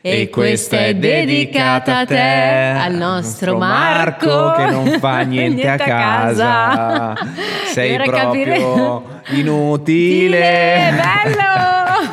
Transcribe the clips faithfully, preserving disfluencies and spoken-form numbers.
E questa è dedicata a te, al nostro Marco, Marco che non fa niente, niente a casa. a casa. Sei Ora proprio capire... inutile. Bello!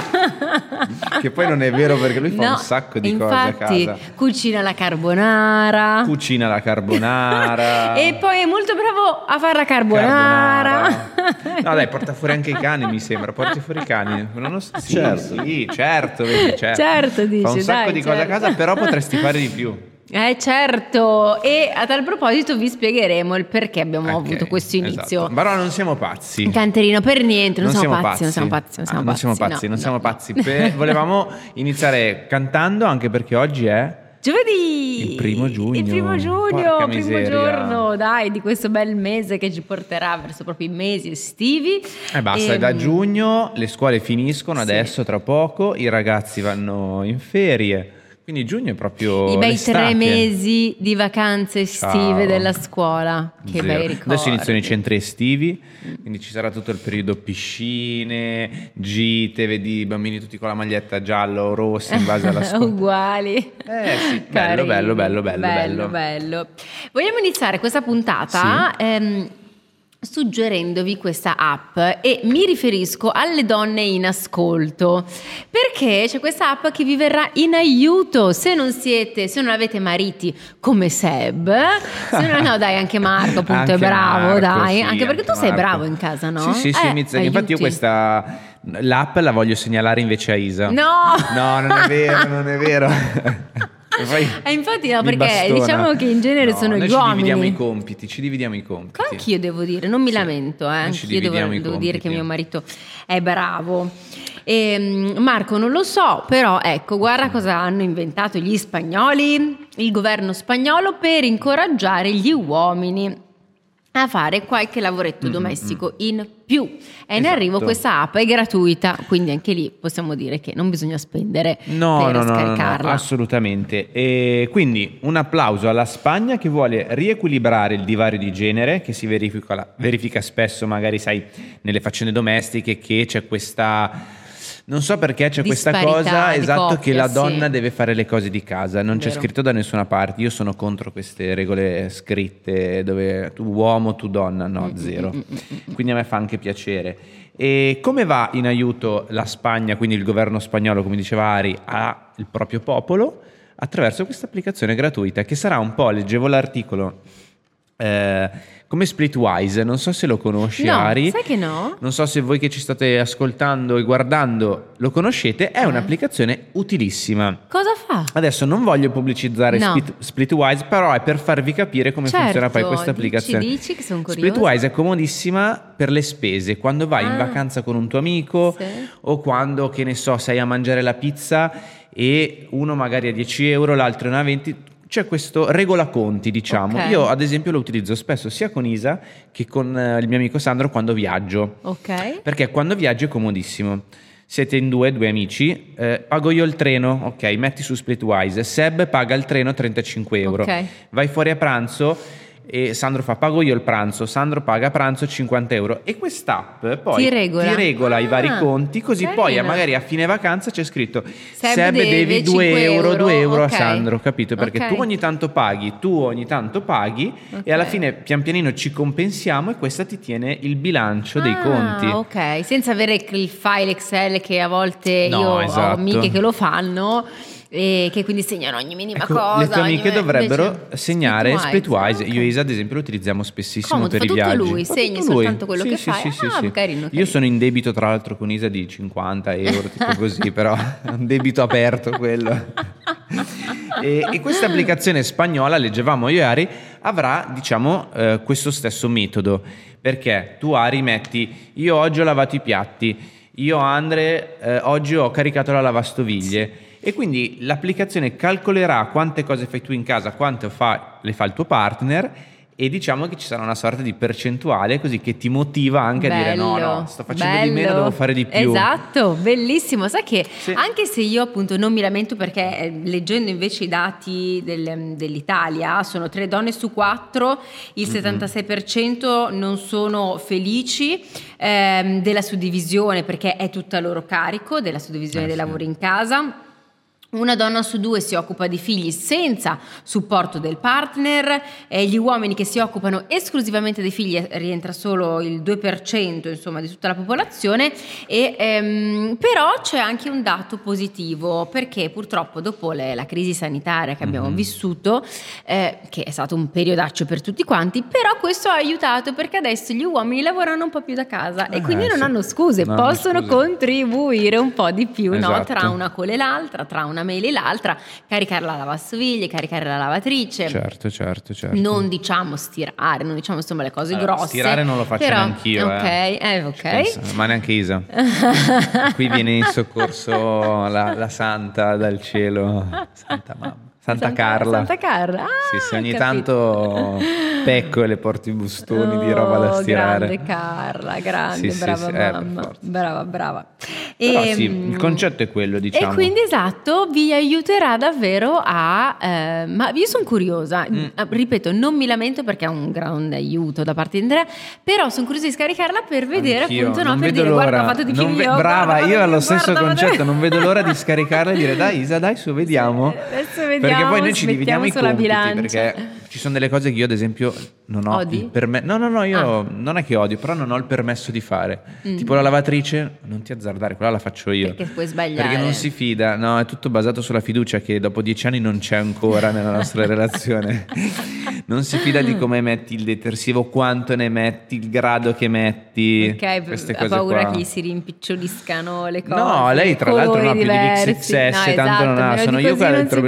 Che poi non è vero, perché lui fa No, un sacco di infatti, cose a casa. Cucina la carbonara. Cucina la carbonara. E poi è molto bravo a fare la carbonara. Carbonara. No dai, porta fuori anche i cani, mi sembra. Porti fuori i cani. Non lo so. Sì, Certo. sì, certo, vedi, certo. Certo, dici, fa un sacco dai, di cose certo. a casa, però potresti fare di più. Eh certo, e a tal proposito vi spiegheremo il perché abbiamo Ok, avuto questo inizio. esatto. Però non siamo pazzi. Canterino, per niente, non, Non siamo, siamo pazzi, non siamo pazzi, non Ah, siamo non pazzi, siamo pazzi, no, non no, siamo no. pazzi. Per- volevamo iniziare cantando, anche perché oggi è Giovedì! il primo giugno. Il primo giugno, Porca primo miseria. giorno, dai, di questo bel mese che ci porterà verso proprio i mesi estivi. E basta, E, da giugno le scuole finiscono, Sì. adesso tra poco, i ragazzi vanno in ferie. Quindi giugno è proprio i bei l'estate. tre mesi di vacanze estive Ciao. della scuola. Che Zero. bei ricordi. Adesso iniziano i centri estivi, quindi ci sarà tutto il periodo piscine, gite, vedi i bambini tutti con la maglietta gialla o rossa in base alla scuola. Uguali. Eh sì, bello, Carini. bello, bello, bello, bello, bello. Vogliamo iniziare questa puntata ehm, suggerendovi questa app, e mi riferisco alle donne in ascolto, perché c'è questa app che vi verrà in aiuto se non siete, se non avete mariti come Seb, se no, no dai, anche Marco appunto Anche è bravo, Marco, dai, sì, anche perché tu sei Marco. bravo in casa, no? Sì, sì, sì, Eh, mi- infatti io aiuti. questa l'app la voglio segnalare invece a Isa. No! No, non è vero, non è vero. E poi Eh, infatti no, mi perché bastona. diciamo che in genere No, sono noi gli ci uomini. dividiamo i compiti, ci dividiamo i compiti. Anch'io devo dire, non mi Sì, lamento, eh, noi ci anch'io devo, dividiamo i devo dire che compiti. mio marito è bravo. E, Marco, non lo so, però ecco, guarda cosa hanno inventato gli spagnoli, il governo spagnolo, per incoraggiare gli uomini a fare qualche lavoretto Mm, domestico in più. E in Esatto. arrivo questa app è gratuita, quindi anche lì possiamo dire che non bisogna spendere No, per no, no, no, no, scaricarla. assolutamente. E quindi un applauso alla Spagna che vuole riequilibrare il divario di genere che si verifica, verifica spesso, magari sai, nelle faccende domestiche, che c'è questa... Non so perché c'è questa Disparità cosa, di esatto, coppia, che la donna sì. deve fare le cose di casa, non c'è Vero. scritto da nessuna parte. Io sono contro queste regole scritte dove tu uomo, tu donna, no, zero. Quindi a me fa anche piacere. E come va in aiuto la Spagna, quindi il governo spagnolo, come diceva Ari, al proprio popolo? Attraverso questa applicazione gratuita che sarà un po', leggevo l'articolo, eh, come Splitwise, non so se lo conosci, No, Ari. sai che no? Non so se voi che ci state ascoltando e guardando lo conoscete, è Eh. un'applicazione utilissima. Cosa fa? Adesso non voglio pubblicizzare No. Split, Splitwise, però è per farvi capire come Certo, funziona poi questa dici, applicazione. dici che sono curiosa. Splitwise è comodissima per le spese, quando vai in Ah. vacanza con un tuo amico Sì. o quando, che ne so, sei a mangiare la pizza e uno magari a dieci euro, l'altro ne ha venti. C'è questo regola conti, diciamo. Ok. Io ad esempio lo utilizzo spesso sia con Isa che con eh, il mio amico Sandro quando viaggio. Ok. Perché quando viaggi è comodissimo. Siete in due, due amici, eh, pago io il treno, ok, metti su Splitwise, Seb paga il treno trentacinque euro, Ok. vai fuori a pranzo e Sandro fa pago io il pranzo, Sandro paga a pranzo cinquanta euro e quest'app poi Ti regola. regola i vari Ah, conti, così carino. poi a- magari a fine vacanza c'è scritto Seb Seb, deve devi due cinque euro, euro, due euro ok. a Sandro, capito? Perché Ok. tu ogni tanto paghi, tu ogni tanto paghi Ok. e alla fine pian pianino ci compensiamo e questa ti tiene il bilancio dei Ah, conti. ok, senza avere il file Excel che a volte No, io ho esatto. amiche che lo fanno e che quindi segnano ogni minima Ecco, cosa. le tue ogni- amiche dovrebbero invece- segnare Splitwise. ok. Io e Isa ad esempio lo utilizziamo spessissimo Comodo, per fa i tutto viaggi. lui, Fa segni tutto lui. soltanto quello Sì, che sì, fai. sì, sì, Ah, sì. carino, Io carino. sono in debito tra l'altro con Isa di cinquanta euro, tipo così, però è un debito aperto quello. e, e questa applicazione spagnola, leggevamo io e Ari, avrà diciamo eh, questo stesso metodo, perché tu Ari metti io oggi ho lavato i piatti, io Andre eh, oggi ho caricato la lavastoviglie e quindi l'applicazione calcolerà quante cose fai tu in casa, quante fa, le fa il tuo partner e diciamo che ci sarà una sorta di percentuale così che ti motiva anche a dire no, no, sto facendo di meno, bello. devo fare di più. Esatto, bellissimo. Sai che Sì. anche se io appunto non mi lamento perché eh, leggendo invece i dati del- dell'Italia sono tre donne su quattro, il settantasei per cento non sono felici ehm, della suddivisione perché è tutto a loro carico, della suddivisione Eh, dei sì. lavori in casa. Una donna su due si occupa di figli senza supporto del partner, e gli uomini che si occupano esclusivamente dei figli rientra solo il due per cento, insomma, di tutta la popolazione. E, ehm, però c'è anche un dato positivo, perché purtroppo dopo le, la crisi sanitaria che abbiamo mm-hmm. vissuto, eh, che è stato un periodaccio per tutti quanti, però questo ha aiutato, perché adesso gli uomini lavorano un po' più da casa eh, e quindi non sì. hanno scuse, non possono scuse. contribuire un po' di più, esatto. no? Tra una colla e l'altra, tra una mail e l'altra, caricare la lavastoviglie, caricare la lavatrice. Certo, certo, certo. Non diciamo stirare, non diciamo insomma le cose allora, grosse. Stirare non lo faccio però, neanch'io. Ok, eh. eh, ok. Pensa, ma neanche Isa. Qui viene in soccorso la, la santa dal cielo, Santa Mamma. Santa, Santa Carla. Santa Carla. Ah, sì, sì, ogni tanto pecco e le porto i bustoni oh, di roba da stirare. Grande Carla, grande, sì, brava sì, mamma. Sì, brava, brava. Però e, sì, il concetto è quello, diciamo. E quindi esatto, vi aiuterà davvero a... Eh, ma io sono curiosa, mm. ripeto, non mi lamento perché è un grande aiuto da parte di Andrea, però sono curiosa di scaricarla per vedere Anch'io, appunto, no, non per vedo dire l'ora. guarda, ho fatto di più ve- io. Brava, guarda, io ho lo guarda, stesso guarda, concetto, guarda. non vedo l'ora di scaricarla e dire dai Isa, dai su, vediamo. Adesso vediamo, perché poi noi ci dividiamo i compiti, bilancia. Perché ci sono delle cose che io ad esempio non ho Odi? il permesso. No, no, no, io ah. non è che odio, però non ho il permesso di fare. Mm. Tipo la lavatrice, non ti azzardare, quella la faccio io. Perché puoi sbagliare. Perché non si fida, no, è tutto basato sulla fiducia che dopo dieci anni non c'è ancora nella nostra relazione. Non si fida di come metti il detersivo, quanto ne metti, il grado che metti. Ok, queste ha cose paura qua. che gli si rimpiccioliscano le cose. No, lei tra l'altro non ha più diversi. di X X S, no, tanto esatto, non ha. Sono io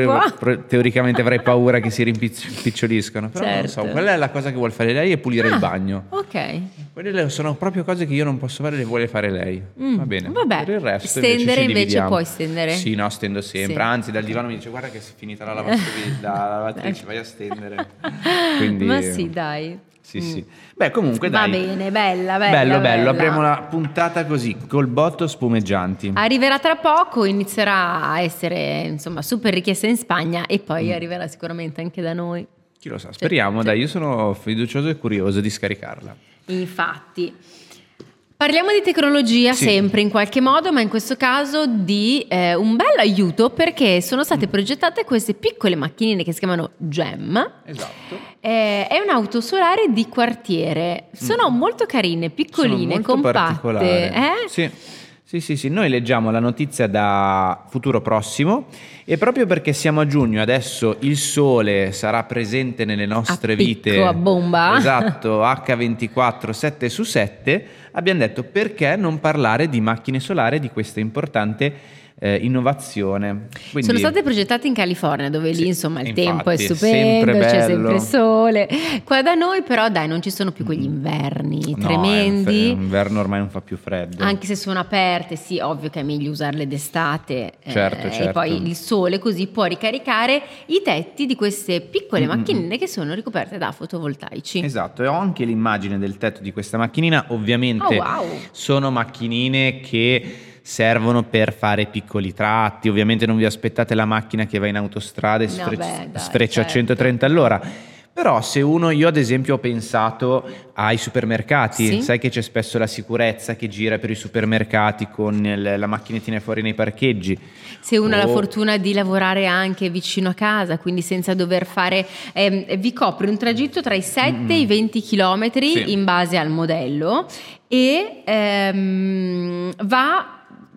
che teoricamente avrei paura che si rimpiccioliscano. Però certo. non lo so, quella è la cosa che vuole fare lei, è pulire ah, il bagno. Ok. Quelle sono proprio cose che io non posso fare, le vuole fare lei. Mm, va bene. Vabbè, per il resto stendere invece, invece puoi stendere. Sì, no, stendo sempre. Sì. Anzi, dal divano mi dice guarda che si è finita la lavastoviglie, la lavatrice, vai a stendere. Quindi, ma sì, dai. Sì, mm. sì. Beh, comunque dai. Va bene, bella, bella. Bello, bello. bella. Apriamo la puntata così, col botto spumeggianti. Arriverà tra poco, inizierà a essere, insomma, super richiesta in Spagna e poi mm. arriverà sicuramente anche da noi. Chi lo sa, speriamo, cioè, dai, io sono fiducioso e curioso di scaricarla. Infatti. Parliamo di tecnologia sì. sempre in qualche modo, ma in questo caso di eh, un bel aiuto, perché sono state progettate queste piccole macchinine che si chiamano Gem. Esatto. Eh, è un'auto solare di quartiere. Sono mm. molto carine, piccoline, sono molto compatte. Eh? Sì. Sì, sì, sì, noi leggiamo la notizia da Futuro Prossimo e proprio perché siamo a giugno, adesso il sole sarà presente nelle nostre a picco, vite. A bomba. Esatto, acca ventiquattro, sette su sette, abbiamo detto perché non parlare di macchine solari, di questa importante eh, innovazione. Quindi, sono state progettate in California, dove sì, lì insomma il infatti, tempo è stupendo, sempre c'è sempre sole. Qua da noi però dai, non ci sono più quegli inverni no, tremendi. L'inverno ormai non fa più freddo. Anche se sono aperte, sì, ovvio che è meglio usarle d'estate. Certo, eh, certo. E poi il sole così può ricaricare i tetti di queste piccole mm-hmm. macchinine che sono ricoperte da fotovoltaici. Esatto, e ho anche l'immagine del tetto di questa macchinina. Ovviamente oh, wow. sono macchinine che servono per fare piccoli tratti. Ovviamente non vi aspettate la macchina che va in autostrada e no, sfre- beh, dai, sfreccia certo. a centotrenta all'ora. Però se uno, io ad esempio ho pensato ai supermercati, sì? sai che c'è spesso la sicurezza che gira per i supermercati con il, la macchinettina fuori nei parcheggi. Se uno oh. ha la fortuna di lavorare anche vicino a casa, quindi senza dover fare, ehm, vi copre un tragitto tra i sette mm. e i venti chilometri sì. in base al modello e ehm, va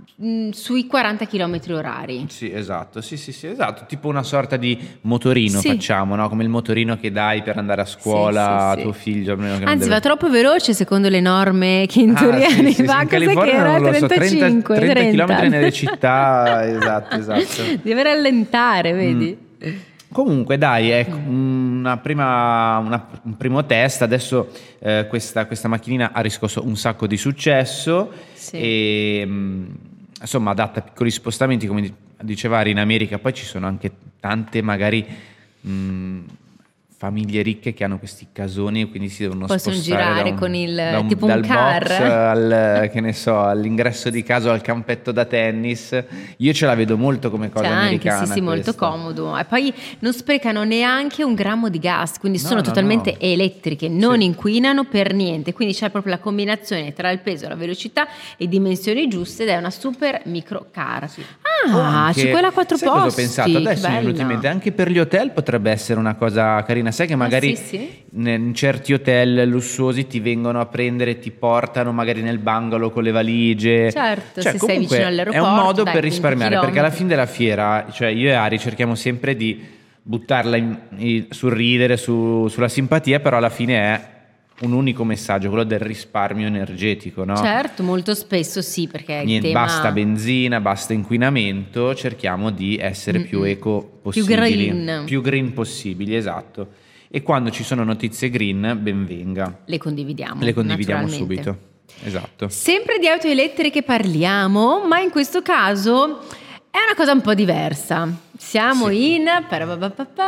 sui quaranta chilometri orari. Sì, esatto, sì, sì, sì, esatto, tipo una sorta di motorino sì. facciamo, no? Come il motorino che dai per andare a scuola a sì, sì, tuo sì. figlio. Anzi, deve... va troppo veloce secondo le norme che in ah, teoria sì, ne sì, va. sì, in California non lo so, trentacinque, trenta, trenta chilometri nelle città, esatto, esatto. Deve rallentare, vedi? Mm. Comunque dai, ecco, una prima, una, un primo test, adesso eh, questa, questa macchinina ha riscosso un sacco di successo sì. e... Mh, insomma adatta a piccoli spostamenti, come diceva Ari, in America poi ci sono anche tante magari mh, famiglie ricche che hanno questi casoni e quindi si devono possono spostare girare un, con il un, tipo dal un car box al, che ne so, all'ingresso di casa o al campetto da tennis. Io ce la vedo molto come cosa c'è americana anche, sì, sì, molto comodo, e poi non sprecano neanche un grammo di gas, quindi no, sono no, totalmente no. elettriche, non sì. inquinano per niente, quindi c'è proprio la combinazione tra il peso, la velocità e dimensioni giuste ed è una super micro car. Sì. Ah, c'è quella a quattro sai posti. Cosa ho pensato? Adesso mi è venuto in mente, anche per gli hotel potrebbe essere una cosa carina. Sai che magari ah, sì, sì. in certi hotel lussuosi ti vengono a prendere, ti portano magari nel bungalow con le valigie. Certo, cioè, se sei vicino all'aeroporto. È un modo dai, per risparmiare, perché alla chilometri. fine della fiera, cioè io e Ari cerchiamo sempre di buttarla in, in, sul ridere, su, sulla simpatia, però alla fine è un unico messaggio, quello del risparmio energetico, no? Certo, molto spesso sì, perché il Niente, tema... basta benzina, basta inquinamento, cerchiamo di essere Mm-mm. più eco Più possibili, green. più green possibili, esatto. E quando ci sono notizie green, ben venga. Le condividiamo. Le condividiamo naturalmente. subito. Esatto. Sempre di auto elettriche parliamo, ma in questo caso è una cosa un po' diversa. Siamo Sì. in parapapapà.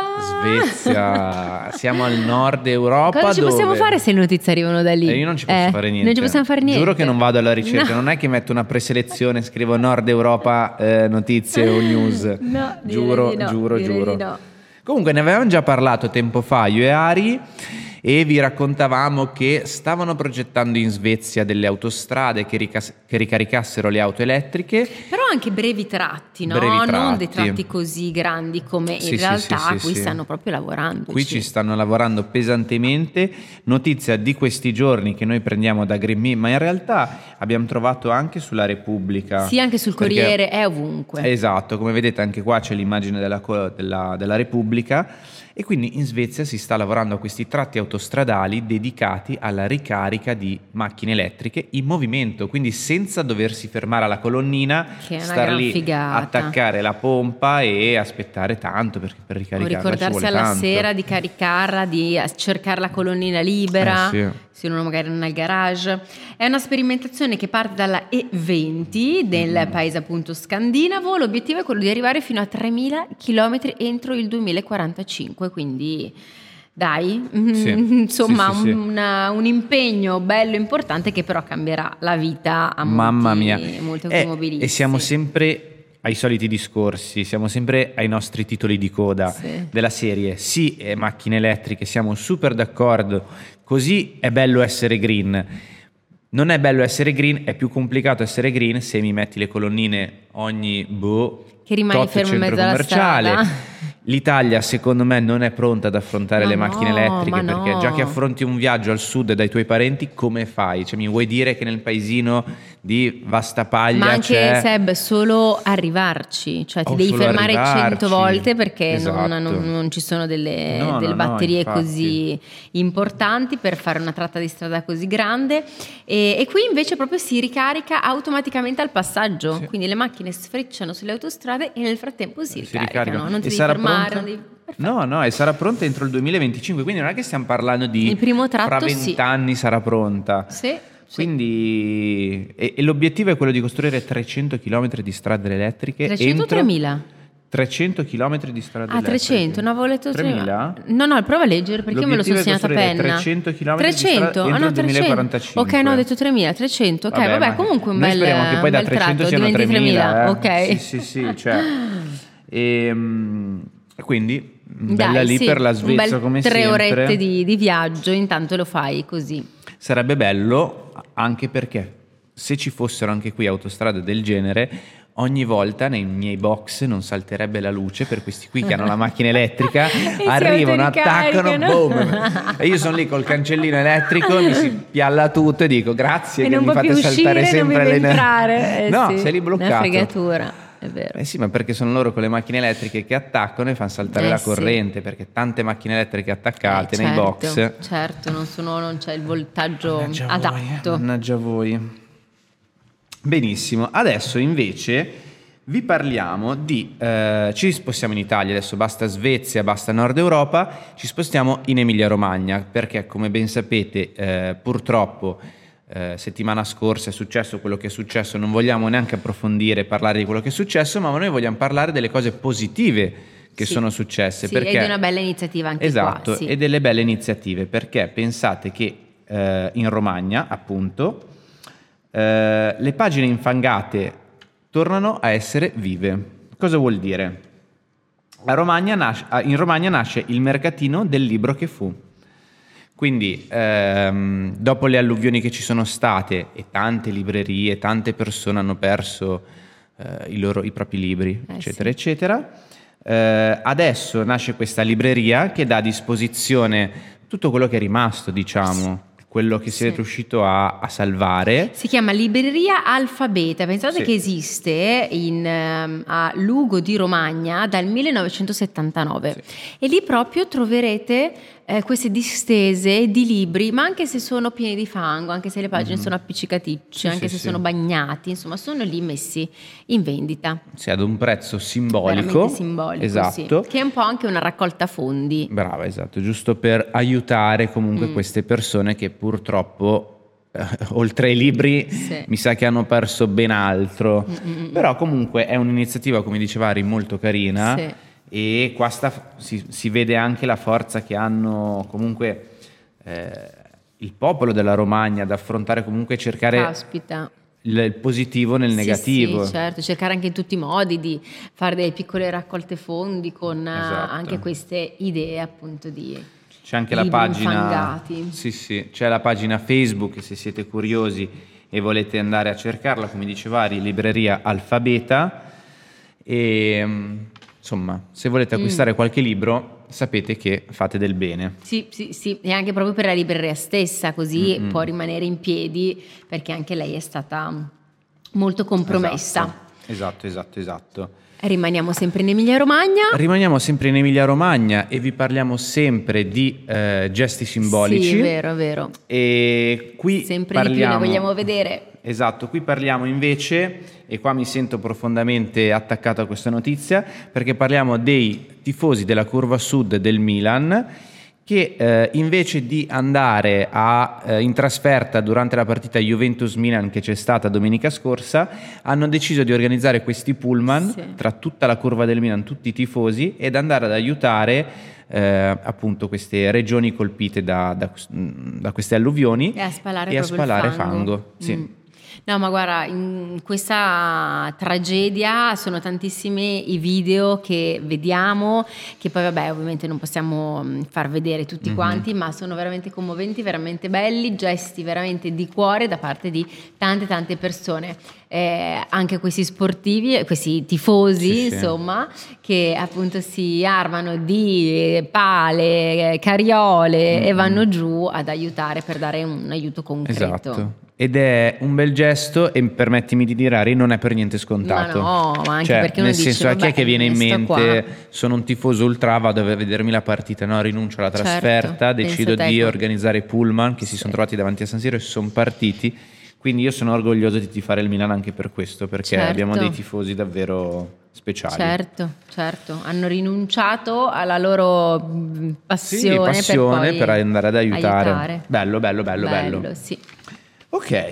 Svezia, siamo al nord Europa. Cosa ci dove... possiamo fare se le notizie arrivano da lì? Eh, io non ci posso Eh, fare niente. Non ci possiamo fare niente. Giuro che non vado alla ricerca, No. non è che metto una preselezione, scrivo Nord Europa eh, notizie o news. No, direi giuro, di no, giuro, direi giuro. di no. Comunque ne avevamo già parlato tempo fa io e Ari e vi raccontavamo che stavano progettando in Svezia delle autostrade che, ricas- che ricaricassero le auto elettriche. Però anche brevi tratti, no? Brevi Non tratti. dei tratti così grandi come in Sì, sì, realtà sì, sì, qui sì. stanno proprio lavorando. Qui ci stanno lavorando pesantemente. Notizia di questi giorni che noi prendiamo da Green Me, ma in realtà abbiamo trovato anche sulla Repubblica. Sì, anche sul Perché- Corriere, è ovunque. Esatto, come vedete anche qua c'è l'immagine della, co- della- della Repubblica. E quindi in Svezia si sta lavorando a questi tratti autostradali dedicati alla ricarica di macchine elettriche in movimento, quindi senza doversi fermare alla colonnina, Che è una star gran lì, figata. attaccare la pompa e aspettare tanto, perché per O ricaricarla ci ricordarsi vuole alla tanto. sera di caricarla, di cercare la colonnina libera, Eh, sì. se uno magari non ha il garage. È una sperimentazione che parte dalla E venti del Mm-hmm. paese appunto scandinavo. L'obiettivo è quello di arrivare fino a tremila chilometri entro il duemilaquarantacinque, quindi dai, Sì, insomma sì, sì, sì. una- un impegno bello importante che però cambierà la vita a molti, Mamma mia. molti Eh, automobilisti. e siamo sempre ai soliti discorsi, siamo sempre ai nostri titoli di coda Sì. della serie. Sì, eh, macchine elettriche, siamo super d'accordo, così è bello essere green. Non è bello essere green, è più complicato essere green se mi metti le colonnine ogni boh, Che rimani tot fermo in centro mezzo alla commerciale. strada. L'Italia secondo me non è pronta ad affrontare Ma le no, macchine elettriche, ma perché no. già che affronti un viaggio al sud dai tuoi parenti, come fai? Cioè, mi vuoi dire che nel paesino di Vastapaglia Ma anche c'è... Seb, solo arrivarci, cioè ti O devi solo fermare arrivarci. cento volte perché non, Esatto. non- non ci sono delle, No, delle no, no, batterie infatti. così importanti per fare una tratta di strada così grande e, e qui invece proprio si ricarica automaticamente al passaggio, Sì. quindi le macchine sfrecciano sulle autostrade e nel frattempo si, Si ricaricano, ricaricano. non ti E devi sarà fermare, pronta? non devi... Perfetto. No, no, e sarà pronta entro il duemilaventicinque, quindi non è che stiamo parlando di... Il primo tratto, fra sì. vent'anni sarà pronta. Sì, sì. Quindi... E, e l'obiettivo è quello di costruire trecento chilometri di strade elettriche trecento o entro... tremila? trecento chilometri di strade Ah, elettriche. trecento, no, avevo letto tremila? No, no, prova a leggere perché io me lo sono L'obiettivo è segnata a costruire penna. trecento chilometri di trecento? strada Ah, entro no, il duemilaquarantacinque. Ok, no, ho detto tremila, trecento. Ok, vabbè, ma comunque un noi bel speriamo che poi da bel trecento tratto, siano diventi tremila, tremila, eh. ok. Sì, sì, sì, cioè... E, quindi bella Dai, lì sì, per la un Svezia bel come tre sempre. orette di, di viaggio, intanto lo fai così. Sarebbe bello anche perché se ci fossero anche qui autostrade del genere, ogni volta nei miei box non salterebbe la luce per questi qui che hanno la macchina elettrica, si arrivano, attaccano, autoricaricano. boom, e io sono lì col cancellino elettrico, mi si pialla tutto e dico grazie E che non mi può fate più saltare uscire, non sempre può le più entrare. Eh, no, sì, sei lì una bloccato. fregatura, è vero. Eh sì, ma perché sono loro con le macchine elettriche che attaccano e fanno saltare Eh la sì. corrente, perché tante macchine elettriche attaccate Eh, nei certo, box. certo, non, sono, non c'è il voltaggio Mannaggia voi, adatto. mannaggia voi. Benissimo, adesso invece vi parliamo di... eh, ci spostiamo in Italia, adesso basta Svezia, basta Nord Europa, ci spostiamo in Emilia-Romagna, perché come ben sapete eh, purtroppo eh, settimana scorsa è successo quello che è successo, non vogliamo neanche approfondire e parlare di quello che è successo, ma noi vogliamo parlare delle cose positive che Sì. sono successe. Sì, perché... ed è una bella iniziativa anche Esatto, qua. Sì. e delle belle iniziative, perché pensate che eh, in Romagna, appunto, eh, le pagine infangate tornano a essere vive. Cosa vuol dire? A Romagna nasce, in Romagna nasce il mercatino del libro che fu. Quindi, ehm, dopo le alluvioni che ci sono state e tante librerie, tante persone hanno perso eh, i, loro, i propri libri, eh, eccetera, sì. eccetera. Eh, adesso nasce questa libreria che dà a disposizione tutto quello che è rimasto, diciamo, quello che Sì. si è riuscito a, a salvare. Si chiama Libreria Alfabeta. Pensate Sì. che esiste in, ehm, a Lugo di Romagna dal millenovecentosettantanove. Sì. E lì proprio troverete eh, queste distese di libri, ma anche se sono pieni di fango, anche se le pagine Mhm. sono appiccicaticce, Sì, anche sì, se sì. sono bagnati, insomma sono lì messi in vendita. Sì, ad un prezzo simbolico. Veramente simbolico, Esatto. sì. Che è un po' anche una raccolta fondi. Brava, esatto, giusto per aiutare comunque Mm. queste persone che purtroppo, eh, oltre ai libri, Sì. mi sa che hanno perso ben altro. Mm-mm. Però comunque è un'iniziativa, come diceva Ari, molto carina. Sì. E qua sta- si, si vede anche la forza che hanno comunque eh, il popolo della Romagna ad affrontare, comunque cercare Caspita. il, il positivo nel Sì, negativo. sì, certo, cercare anche in tutti i modi di fare delle piccole raccolte fondi con eh, Esatto. anche queste idee appunto di C'è anche la libri pagina, infangati. sì, sì, c'è la pagina Facebook, se siete curiosi e volete andare a cercarla, come diceva Ari, Libreria Alfabeta. E insomma, se volete acquistare Mm. qualche libro, sapete che fate del bene. Sì, sì, sì, e anche proprio per la libreria stessa, così Mm-mm. può rimanere in piedi, perché anche lei è stata molto compromessa. Esatto, esatto, esatto. esatto. Rimaniamo sempre in Emilia-Romagna. Rimaniamo sempre in Emilia-Romagna e vi parliamo sempre di eh, gesti simbolici. Sì, vero, vero. E qui Sempre parliamo... di più ne vogliamo vedere. Esatto, qui parliamo invece, e qua mi sento profondamente attaccato a questa notizia, perché parliamo dei tifosi della curva sud del Milan che eh, invece di andare a, eh, in trasferta durante la partita Juventus-Milan che c'è stata domenica scorsa, hanno deciso di organizzare questi pullman Sì. tra tutta la curva del Milan, tutti i tifosi, ed andare ad aiutare eh, appunto queste regioni colpite da, da, da queste alluvioni E a spalare e a proprio il spalare fango. fango. Sì. Mm. No, ma guarda, in questa tragedia sono tantissimi i video che vediamo, che poi vabbè ovviamente non possiamo mm, far vedere tutti Mhm. quanti, ma sono veramente commoventi, veramente belli, gesti veramente di cuore da parte di tante tante persone. Eh, anche questi sportivi, questi tifosi, Sì, sì. insomma, che appunto si armano di pale, eh, carriole e Mm-mm. vanno giù ad aiutare per dare un aiuto concreto. Esatto. Ed è un bel gesto e permettimi di dire, Ari, non è per niente scontato. Ma no, ma anche Cioè, perché uno nel dice, senso, a chi è vabbè, che viene in sto mente qua. sono un tifoso ultra, vado a vedermi la partita, no, rinuncio alla trasferta, Certo, decido pensa te di che- organizzare i pullman che si Sì. sono trovati davanti a San Siro e sono partiti. Quindi io sono orgoglioso di tifare il Milan anche per questo, perché Certo. abbiamo dei tifosi davvero speciali. Certo, certo, hanno rinunciato alla loro mh, Sì, passione, passione per, poi per andare ad aiutare. aiutare. Bello, bello, bello, bello. sì. Ok.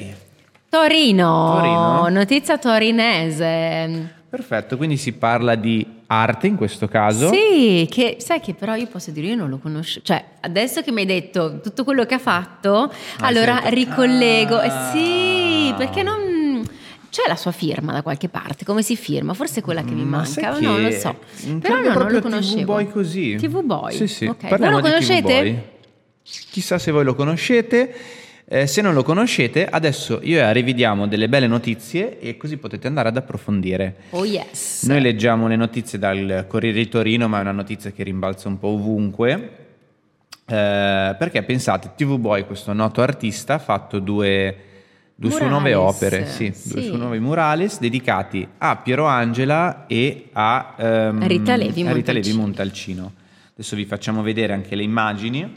Torino, Torino. notizia torinese. Perfetto, quindi si parla di arte in questo caso. Sì, che sai che però io posso dire io non lo conosco, cioè adesso che mi hai detto tutto quello che ha fatto, allora sento- ricollego, eh, Ah. sì, perché non c'è la sua firma da qualche parte, come si firma? Forse è quella che mi Ma manca, sai non che lo so. non Però credo no, non proprio lo conoscevo. T V Boy così. T V Boy. Sì, sì. Ok. Parliamo Voi lo di T V conoscete? Boy. Chissà se voi lo conoscete. Eh, se non lo conoscete, adesso io e Ari vi diamo delle belle notizie e così potete andare ad approfondire. Oh yes. Noi leggiamo le notizie dal Corriere di Torino, ma è una notizia che rimbalza un po' ovunque. Eh, perché pensate, T V Boy, questo noto artista, ha fatto due, due sue nuove Murales, opere, sì, sì. due sue nuovi murales dedicati a Piero Angela e a, ehm, Rita Levi a Rita Levi Montalcino. Montalcino. Adesso vi facciamo vedere anche le immagini.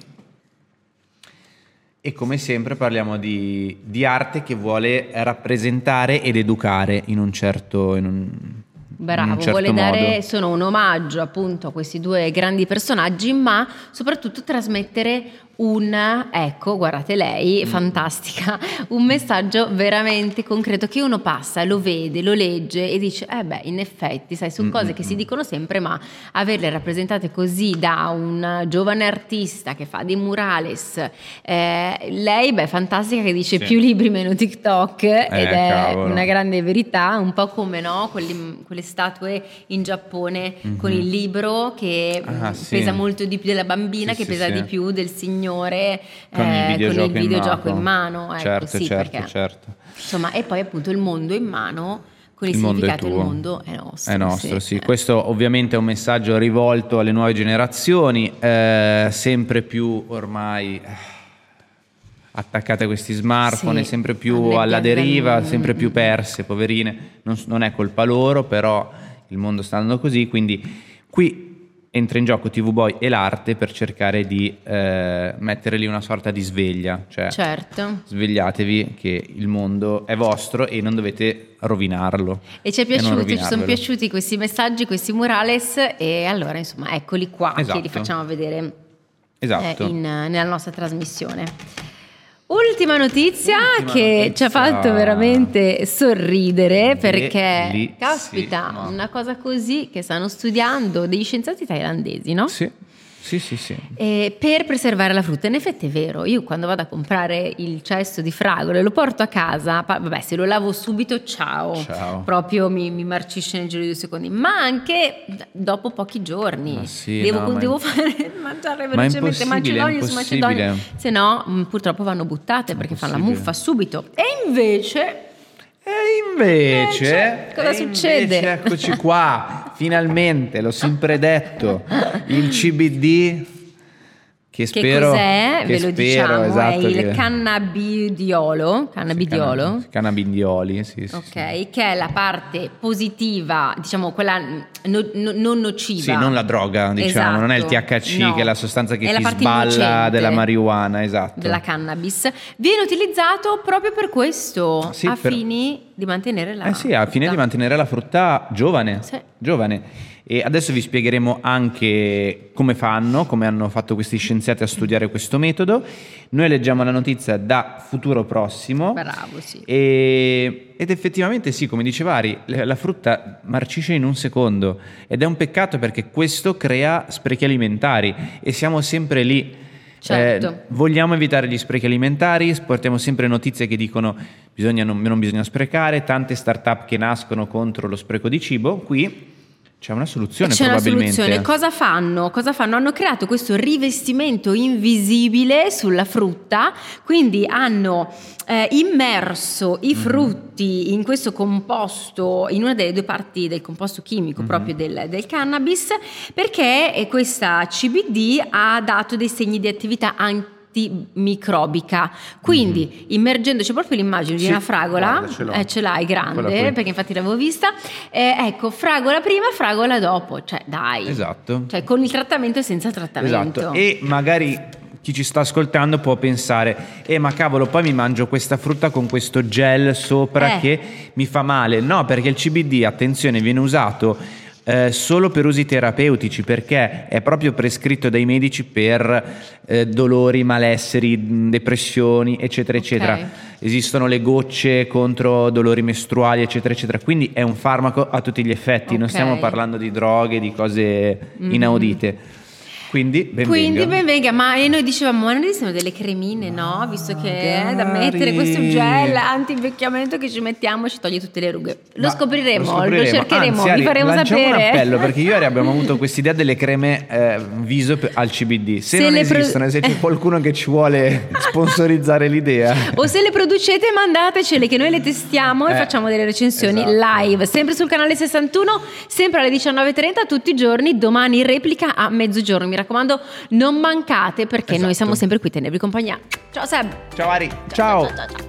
E come sempre parliamo di, di arte che vuole rappresentare ed educare in un certo, in un, Bravo, in un certo vuole dare, modo. sono un omaggio appunto a questi due grandi personaggi, ma soprattutto trasmettere un, ecco, guardate lei, Mm. fantastica, un messaggio veramente concreto che uno passa, lo vede, lo legge e dice, eh beh, in effetti, sai, sono Mm, cose mm, che si mm. dicono sempre, ma averle rappresentate così da un giovane artista che fa dei murales, eh, lei, beh, fantastica, che dice Sì. più libri meno TikTok, ed è cavolo. una grande verità, un po' come no, quelli- quelle statue in Giappone con il libro che Ah, mh, sì. pesa molto di più della bambina, Sì, che sì, pesa sì. di più del signore Con il eh, videogioco, videogioco in in mano. mano. Ecco, Certo, sì, certo, perché, certo. insomma, e poi appunto il mondo in mano con il, il significato mondo è il tuo. mondo è nostro. È nostro, sì. sì. Questo ovviamente è un messaggio rivolto alle nuove generazioni, eh, sempre più ormai eh, attaccate a questi smartphone, Sì, sempre più annebbiate alla dal deriva, mondo. sempre più perse, poverine. Non, non è colpa loro, però il mondo sta andando così, quindi qui entra in gioco T V Boy e l'arte per cercare di eh, mettere lì una sorta di sveglia, cioè Certo. svegliatevi che il mondo è vostro e non dovete rovinarlo. E ci è e non piaciuto, ci sono rovinarvelo. piaciuti questi messaggi, questi murales, e allora insomma eccoli qua, Esatto. che li facciamo vedere Esatto. eh, in- nella nostra trasmissione. Ultima notizia Ultima che notizia. ci ha fatto veramente sorridere, perché Bellissimo. caspita, una cosa così che stanno studiando degli scienziati thailandesi, no? Sì, sì, sì, sì. Eh, per preservare la frutta. In effetti è vero, io quando vado a comprare il cesto di fragole lo porto a casa, pa- vabbè, se lo lavo subito ciao, Ciao. proprio mi, mi marcisce nel giro di due secondi, ma anche dopo pochi giorni. Ma sì, devo, no, ma devo è- fare mangiare Ma è velocemente impossibile, è macedonie su macedonie, impossibile. se no mh, purtroppo vanno buttate perché fanno la Impossibile. muffa subito. E invece E invece, Invece, cosa e succede? invece, eccoci qua, finalmente, l'ho sempre detto, il C B D, che che spero... cos'è? che Ve lo spero, diciamo, esatto, è il che- cannabidiolo, cannabidiolo. Canna- Cannabindioli, sì, sì, Ok, sì. che è la parte positiva, diciamo quella no- no- non nociva. Sì, non la droga, diciamo, non è il T Esatto, H C no. che è la sostanza che È la ti parte sballa innocente della marijuana, esatto. della cannabis. Viene utilizzato proprio per questo, Sì, a per- fini di mantenere la Eh sì, al fine di mantenere la frutta giovane, Sì. giovane. E adesso vi spiegheremo anche come fanno, come hanno fatto questi scienziati a studiare questo metodo. Noi leggiamo la notizia da Futuro Prossimo. Bravo, sì. E- ed effettivamente sì, come diceva Ari, la la frutta marcisce in un secondo ed è un peccato perché questo crea sprechi alimentari e siamo sempre lì. Certo. Eh, vogliamo evitare gli sprechi alimentari, portiamo sempre notizie che dicono bisogna non, non bisogna sprecare, tante start-up che nascono contro lo spreco di cibo. Qui c'è una soluzione C'è una probabilmente. soluzione. Cosa fanno? Cosa fanno? Hanno creato questo rivestimento invisibile sulla frutta, quindi hanno eh, immerso i frutti in questo composto, in una delle due parti del composto chimico proprio del, del cannabis, perché eh, questa C B D ha dato dei segni di attività antimicrobica. Quindi immergendo, c'è proprio l'immagine di Sì, una fragola, guarda, ce l'ho. eh, ce l'hai Quella grande, qui. perché infatti l'avevo vista. Eh, ecco, fragola prima, fragola dopo, cioè dai. Esatto. Cioè con il trattamento e senza trattamento. Esatto, e magari chi ci sta ascoltando può pensare eh ma cavolo, poi mi mangio questa frutta con questo gel sopra Eh. che mi fa male. No, perché il C B D, attenzione, viene usato eh, solo per usi terapeutici, perché è proprio prescritto dai medici per eh, dolori, malesseri, mh, depressioni, eccetera, Ok. eccetera. Esistono le gocce contro dolori mestruali, eccetera, eccetera. Quindi è un farmaco a tutti gli effetti, non Ok. stiamo parlando di droghe, di cose inaudite. Quindi, ben Quindi venga. ben venga, ma e noi dicevamo, ma non esistono delle cremine, no? Visto che è da Magari. mettere questo gel anti-invecchiamento che ci mettiamo, ci toglie tutte le rughe. Lo Ma scopriremo, lo, scopriremo. cercheremo, Anzi, vi Ari, faremo lanciamo sapere. un appello, perché io e Ari abbiamo avuto quest'idea delle creme eh, viso per- al C B D. Se, Se non le pro- esistono, e se c'è qualcuno che ci vuole sponsorizzare l'idea, O se le producete mandatecele che noi le testiamo e Eh, facciamo delle recensioni esatto. live, sempre sul canale sessantuno, sempre alle diciannove e trenta tutti i giorni, domani in replica a mezzogiorno. Mi raccomando, non mancate perché noi Esatto. siamo sempre qui a tenervi compagnia. Ciao Seb! ciao Ari, ciao. ciao, ciao.